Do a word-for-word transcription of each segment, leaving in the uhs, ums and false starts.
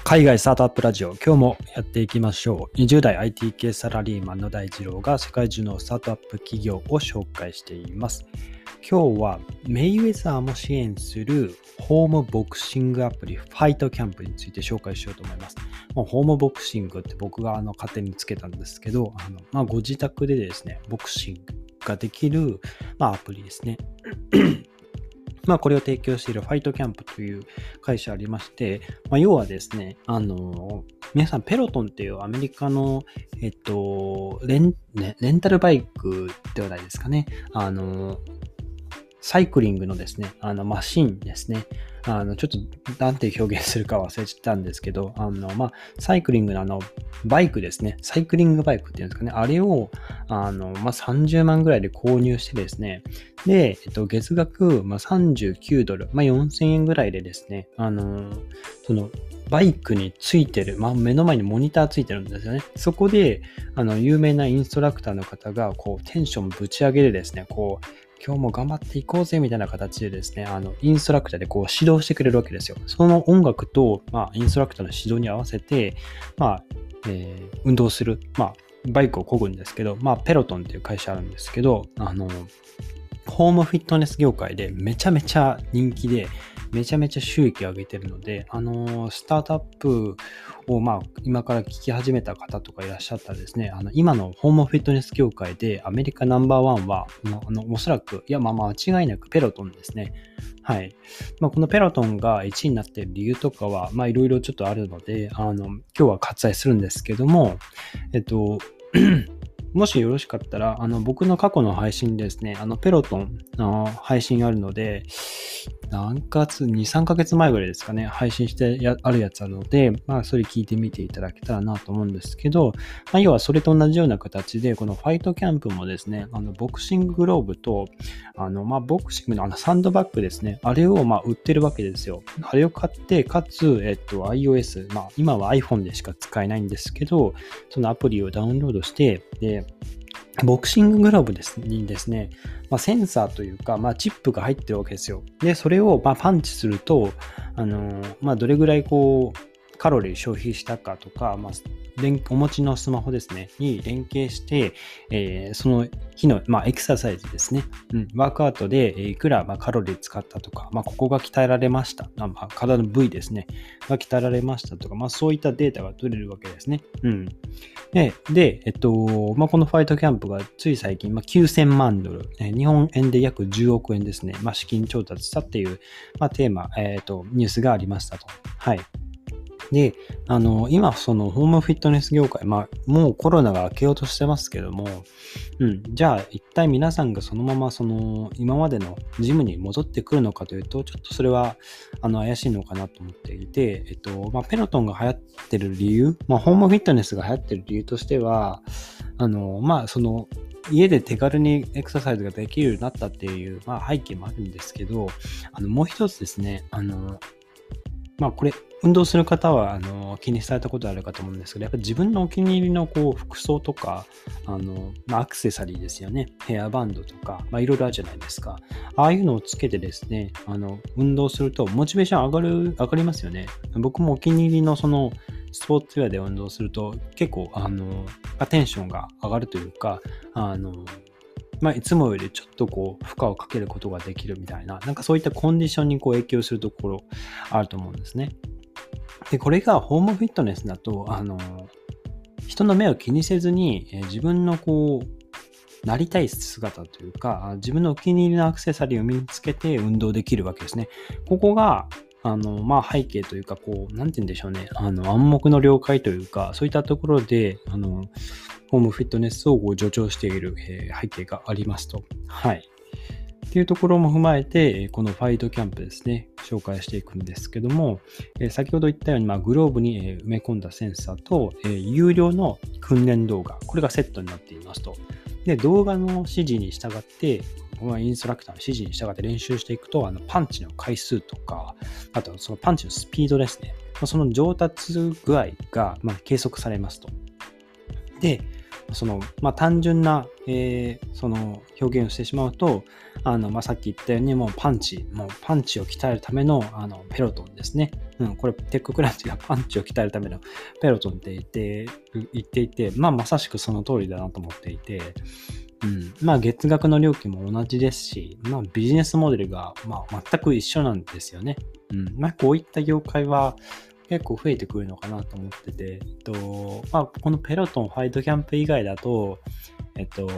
海外スタートアップラジオ、今日もやっていきましょう。にじゅう代 アイティー 系サラリーマンの大二郎が世界中のスタートアップ企業を紹介しています。今日はメイウェザーも支援するホームボクシングアプリファイトキャンプについて紹介しようと思います。もうホームボクシングって僕があの勝手につけたんですけど、あのまあ、ご自宅でですね、ボクシングができる、まあ、アプリですね。まあ、これを提供しているファイトキャンプという会社ありまして、まあ、要はですね、あの、皆さんペロトンっていうアメリカの、えっと、レン、ね、レンタルバイクではないですかね。あの、サイクリングのですね、あの、マシンですね。あの、ちょっと、なんて表現するか忘れちゃったんですけど、あの、まあ、サイクリングのあの、バイクですね。サイクリングバイクっていうんですかね。あれを、あの、まあ、さんじゅうまんぐらいで購入してですね。で、えっと、月額、まあ、さんじゅうきゅうドル、まあ、よんせんえんぐらいでですね、あの、その、バイクについてる、まあ、目の前にモニターついてるんですよね。そこで、あの、有名なインストラクターの方が、こう、テンションぶち上げでですね、こう、今日も頑張っていこうぜみたいな形でですね、あの、インストラクターでこう指導してくれるわけですよ。その音楽と、まあ、インストラクターの指導に合わせて、まあ、えー、運動する、まあ、バイクを漕ぐんですけど、まあ、ペロトンっていう会社あるんですけど、あの、ホームフィットネス業界でめちゃめちゃ人気で、めちゃめちゃ収益を上げてるので、あの、スタートアップを、まあ、今から聞き始めた方とかいらっしゃったらですね、あの、今のホームフィットネス業界でアメリカナンバーワンは、あの、おそらく、いや、まあ、間違いなくペロトンですね。はい。まあ、このペロトンがいちいになっている理由とかは、まあ、いろいろちょっとあるので、あの、今日は割愛するんですけども、えっと、もしよろしかったら、あの、僕の過去の配信ですね、あの、ペロトンの配信あるので、何ヶ月、に、さんかげつまえぐらいですかね、配信してやあるやつあるので、まあ、それ聞いてみていただけたらなと思うんですけど、まあ、要はそれと同じような形で、このファイトキャンプもですね、あの、ボクシンググローブと、あの、まあ、ボクシングのあの、サンドバッグですね、あれを、まあ、売ってるわけですよ。あれを買って、かつ、えっと、iOS、まあ、今は iPhone でしか使えないんですけど、そのアプリをダウンロードして、で、ボクシンググローブですにですね、まあ、センサーというか、まあ、チップが入ってるわけですよ。で、それをまあパンチすると、あのーまあ、どれぐらいこう、カロリー消費したかとか、まあ、お持ちのスマホですね、に連携して、えー、その日の、まあ、エクササイズですね、うん、ワークアウトでいくら、まあ、カロリー使ったとか、まあ、ここが鍛えられました、まあ、体の部位ですね、が鍛えられましたとか、まあ、そういったデータが取れるわけですね。うん。で、でえっと、まあ、このファイトキャンプがつい最近、まあ、きゅうせんまんドル、えー、日本円で約じゅうおくえんですね、まあ、資金調達したっていう、まあ、テーマ、えっと、ニュースがありましたと。はい。で、あの、今、その、ホームフィットネス業界、まあ、もうコロナが明けようとしてますけども、うん、じゃあ、一体皆さんがそのまま、その、今までのジムに戻ってくるのかというと、ちょっとそれは、あの、怪しいのかなと思っていて、えっと、まあ、ペロトンが流行ってる理由、まあ、ホームフィットネスが流行ってる理由としては、あの、まあ、その、家で手軽にエクササイズができるようになったっていう、まあ、背景もあるんですけど、あの、もう一つですね、あの、まあこれ、運動する方はあの気にされたことあるかと思うんですけど、やっぱり自分のお気に入りのこう服装とか、あの、まあ、アクセサリーですよね。ヘアバンドとか、まあいろいろあるじゃないですか。ああいうのをつけてですね、あの、運動するとモチベーション上がる、上がりますよね。僕もお気に入りのそのスポーツウェアで運動すると結構あの、テンションが上がるというか、あの、まあ、いつもよりちょっとこう負荷をかけることができるみたいな、なんかそういったコンディションにこう影響するところあると思うんですね。で、これがホームフィットネスだと、あの、人の目を気にせずに、えー自分のこう、なりたい姿というか、あ自分のお気に入りのアクセサリーを身につけて運動できるわけですね。ここが、あの、まあ、背景というか、こう、なんて言うんでしょうね。あの、暗黙の了解というか、そういったところで、あの、ホームフィットネスをこう助長している、えー背景がありますと。はい。っていうところも踏まえて、このファイトキャンプですね、紹介していくんですけども、先ほど言ったように、まあ、グローブに埋め込んだセンサーと、有料の訓練動画、これがセットになっていますと。で、動画の指示に従って、インストラクターの指示に従って練習していくと、あのパンチの回数とか、あとそのパンチのスピードですね、その上達具合が、まあ、計測されますと。で、その、まあ、単純な、えーその表現をしてしまうと、あの、まあ、さっき言ったように、もうパンチ、もうパンチを鍛えるための、あの、ペロトンですね。 うん、これテッククランチがパンチを鍛えるためのペロトンって言って言っていて、まあまさしくその通りだなと思っていて、うん、まあ月額の料金も同じですし、まあビジネスモデルがまあ全く一緒なんですよね。うん、まあこういった業界は結構増えてくるのかなと思ってて、えっと、まあこのペロトンファイトキャンプ以外だと、えっと、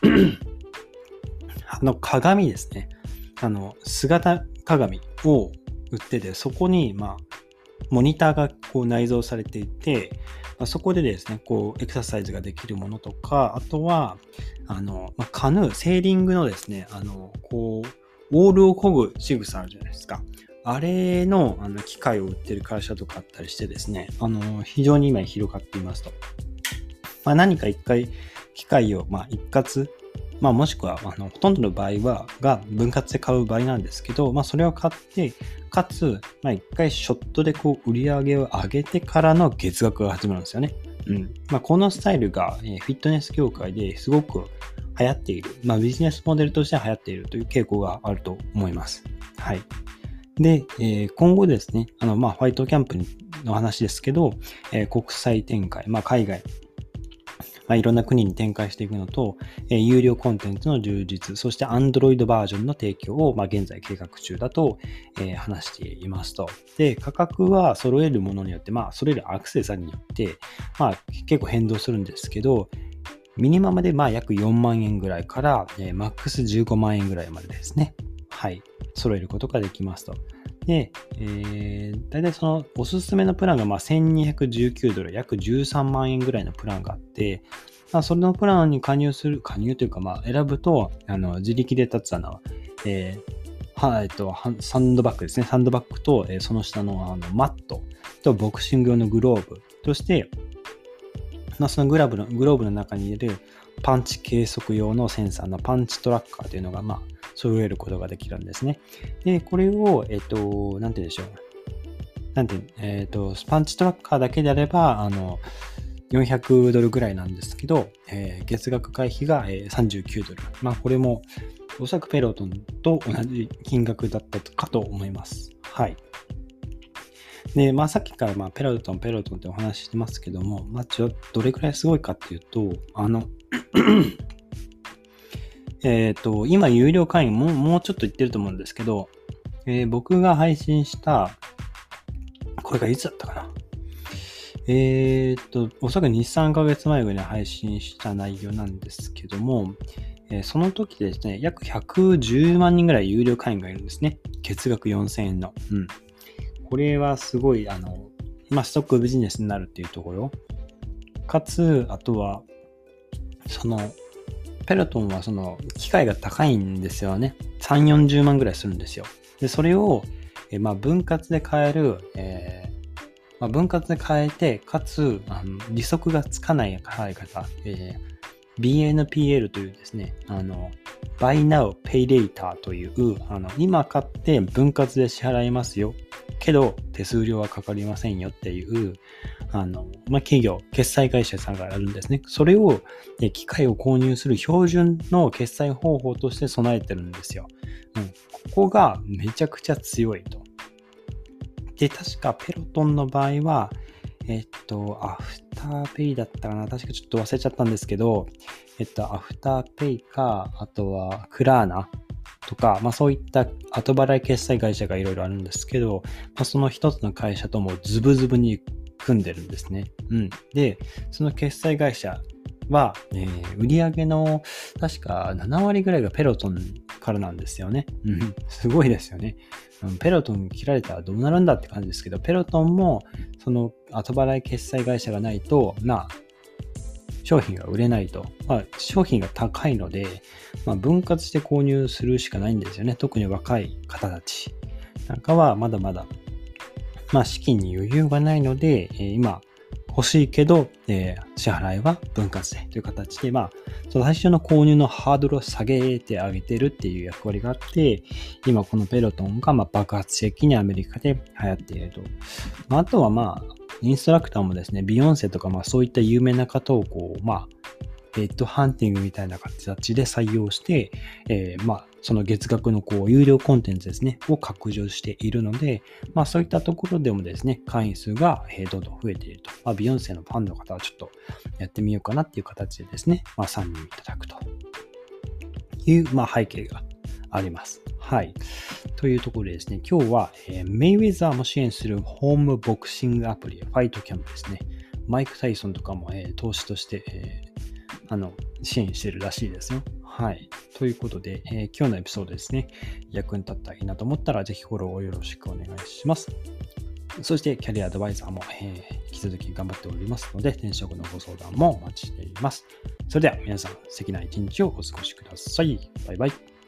あの鏡ですね。あの姿鏡を売ってて、そこにまあモニターがこう内蔵されていて、まあ、そこでですね、こうエクササイズができるものとか、あとはあの、まあ、カヌー、セーリングのですね、あのこうオールを漕ぐ仕草あるじゃないですか。あれの、あの機械を売ってる会社とかあったりしてですね、あの非常に今広がっていますと。まあ、何か一回機械をまあ一括、まあ、もしくはあのほとんどの場合はが分割で買う場合なんですけど、まあ、それを買ってかつ、まあ、一回ショットでこう売り上げを上げてからの月額が始まるんですよね。うんまあ、このスタイルが、えー、フィットネス業界ですごく流行っている、まあ、ビジネスモデルとして流行っているという傾向があると思います。はい。で、えー、今後ですね、あのまあファイトキャンプの話ですけど、えー、国際展開、まあ、海外、まあ、いろんな国に展開していくのと、えー、有料コンテンツの充実、そして Android バージョンの提供を、まあ、現在計画中だと、えー、話していますと。で、価格は揃えるものによって、まあ、揃えるアクセサリーによって、まあ、結構変動するんですけど、ミニマムでまあ約よんまんえんぐらいから、えー、マックスじゅうごまんえんぐらいまでですね。はい。揃えることができますと。で、えー、大体そのおすすめのプランがまあせんにひゃくじゅうきゅうドル、約じゅうさんまんえんぐらいのプランがあって、まあ、それのプランに加入する、加入というかまあ選ぶと、あの自力で立つあの、えーはえっと、サンドバッグですね。サンドバッグと、えー、その下の、あのマットとボクシング用のグローブとして、まあ、そのグラブのグローブの中に入れるパンチ計測用のセンサーのパンチトラッカーというのが、まあ、揃えることができるんですね。で、これを、えっと、なんて言うんでしょう。なんて、えっと、パンチトラッカーだけであれば、あの、よんひゃくドルぐらいなんですけど、えー、月額会費がさんじゅうきゅうドル。まあ、これも、おそらくペロトンと同じ金額だったかと思います。はい。で、まあ、さっきから、まあ、ペロトン、ペロトンってお話ししてますけども、まあ、ちょ、どれくらいすごいかっていうと、あの、えっと、今、有料会員も、もうちょっと言ってると思うんですけど、えー、僕が配信した、これがいつだったかな。えー、っと、おそらくに、さんかげつまえぐらいに配信した内容なんですけども、えー、その時ですね、約ひゃくじゅうまんにんぐらい有料会員がいるんですね。月額よんせんえんの。うん。これはすごい、あの、まあ、ストックビジネスになるっていうところ。かつ、あとは、その、ペロトンはその、機械が高いんですよね。さんじゅう、よんじゅうまんぐらいするんですよ。で、それを、えー、まあ、分割で買える、えーまあ、分割で買えて、かつ、あの利息がつかない買い方、えー、ビーエヌピーエル というですね、あの、Buy Now, Pay Later という、あの、今買って分割で支払いますよ。けど、手数料はかかりませんよっていう、あの、まあ、企業、決済会社さんがあるんですね。それを、機械を購入する標準の決済方法として備えてるんですよ。うん、ここがめちゃくちゃ強いと。で、確かペロトンの場合は、えっと、アフターペイだったかな、確かちょっと忘れちゃったんですけど、えっと、アフターペイか、あとはクラーナとか、まあそういった後払い決済会社がいろいろあるんですけど、まあ、その一つの会社ともズブズブに組んでるんですね。うん。で、その決済会社は、えー、売上の確かななわりぐらいがペロトンからなんですよね。うん。すごいですよね。ペロトン切られたらどうなるんだって感じですけど、ペロトンもその後払い決済会社がないと、まあ、商品が売れないと。まあ、商品が高いので、まあ、分割して購入するしかないんですよね。特に若い方たちなんかはまだまだ、まあ、資金に余裕がないので、えー、今欲しいけど、えー、支払いは分割でという形で、まあ、その最初の購入のハードルを下げてあげてるっていう役割があって、今このペロトンがまあ爆発的にアメリカで流行っていると。まあ、あとはまあ、インストラクターもですね、ビヨンセとかまあそういった有名な方をこう、まあ、 ヘッドハンティングみたいな形で採用して、えー、まあ、その月額のこう有料コンテンツですね、を拡充しているので、まあ、そういったところでもですね、会員数がどんどん増えていると。まあ、ビヨンセのファンの方はちょっとやってみようかなっていう形でですね、まあ、参入いただくという、まあ、背景があります。はい。というところでですね、今日は、えー、メイウェザーも支援するホームボクシングアプリ、ファイトキャンプですね。マイク・タイソンとかも、えー、投資として、えー、あの支援してるらしいですよ。はい。ということで、えー、今日のエピソードですね、役に立ったらいいなと思ったら、ぜひフォローをよろしくお願いします。そして、キャリアアドバイザーも、えー、引き続き頑張っておりますので、転職のご相談もお待ちしています。それでは皆さん、素敵な一日をお過ごしください。バイバイ。